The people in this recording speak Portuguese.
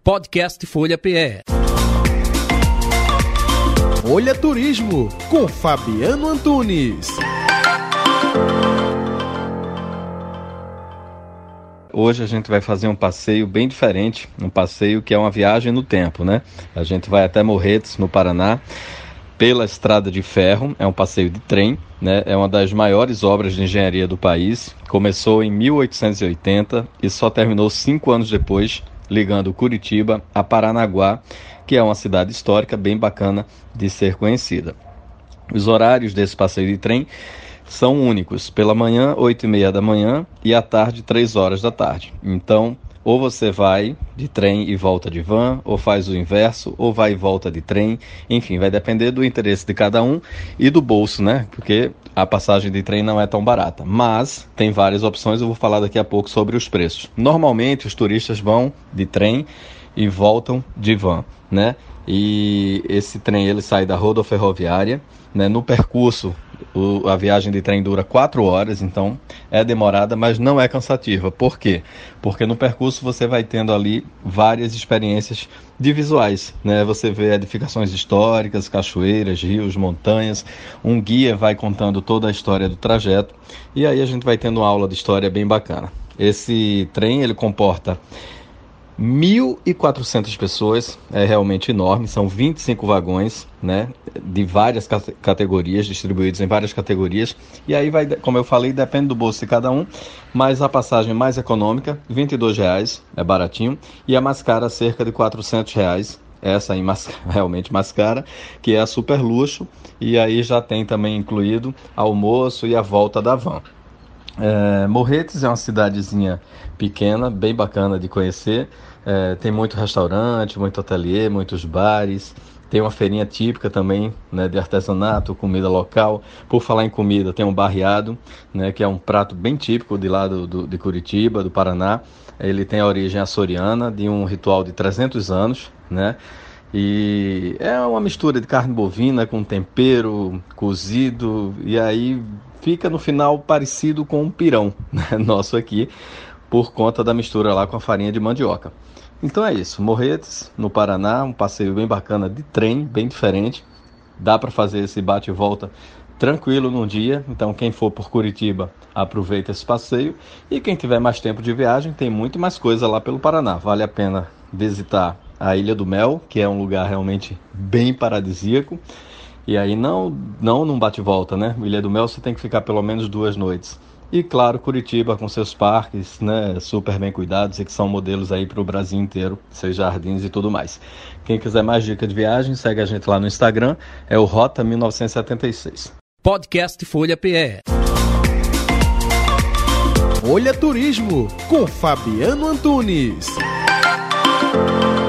Podcast Folha PE. Folha Turismo, com Fabiano Antunes. Hoje a gente vai fazer um passeio bem diferente, um passeio que é uma viagem no tempo, né? A gente vai até Morretes, no Paraná, pela Estrada de Ferro. É um passeio de trem, né? É uma das maiores obras de engenharia do país. Começou em 1880 e só terminou 5 anos depois, ligando Curitiba a Paranaguá, que é uma cidade histórica bem bacana de ser conhecida. Os horários desse passeio de trem são únicos: pela manhã, 8h30 da manhã, e à tarde, 3 horas da tarde. Então, ou você vai de trem e volta de van, ou faz o inverso, ou vai e volta de trem. Enfim, vai depender do interesse de cada um e do bolso, né? Porque a passagem de trem não é tão barata. Mas tem várias opções, eu vou falar daqui a pouco sobre os preços. Normalmente, os turistas vão de trem e voltam de van, né? E esse trem ele sai da rodoferroviária, né? No percurso, a viagem de trem dura 4 horas, então é demorada, mas não é cansativa. Por quê? Porque no percurso você vai tendo ali várias experiências de visuais, né? Você vê edificações históricas, cachoeiras, rios, montanhas. Um guia vai contando toda a história do trajeto e aí a gente vai tendo uma aula de história bem bacana. Esse trem ele comporta 1.400 pessoas, é realmente enorme, são 25 vagões, né, de várias categorias, distribuídos em várias categorias, e aí vai, como eu falei, depende do bolso de cada um, mas a passagem mais econômica, R$ 22, é baratinho, e a mais cara, cerca de R$ 400, essa aí realmente mais cara, que é a super luxo, e aí já tem também incluído almoço e a volta da van. Morretes é uma cidadezinha pequena, bem bacana de conhecer. Tem muito restaurante, muito ateliê, muitos bares. Tem uma feirinha típica também, né, de artesanato, comida local. Por falar em comida, tem um barreado, né, que é um prato bem típico de lá de Curitiba, do Paraná. Ele tem a origem açoriana, de um ritual de 300 anos, né? E é uma mistura de carne bovina com tempero cozido, e aí fica no final parecido com um pirão, né, nosso aqui, por conta da mistura lá com a farinha de mandioca. Então é isso, Morretes, no Paraná, um passeio bem bacana de trem, bem diferente. Dá para fazer esse bate e volta tranquilo num dia, então quem for por Curitiba aproveita esse passeio, e quem tiver mais tempo de viagem tem muito mais coisa lá pelo Paraná. Vale a pena visitar a Ilha do Mel, que é um lugar realmente bem paradisíaco, e aí não num bate-volta, né? Ilha do Mel você tem que ficar pelo menos 2 noites. E claro, Curitiba com seus parques, né, super bem cuidados e que são modelos aí para o Brasil inteiro, seus jardins e tudo mais. Quem quiser mais dicas de viagem, segue a gente lá no Instagram, é o Rota 1976. Podcast Folha PE. Folha Turismo, com Fabiano Antunes.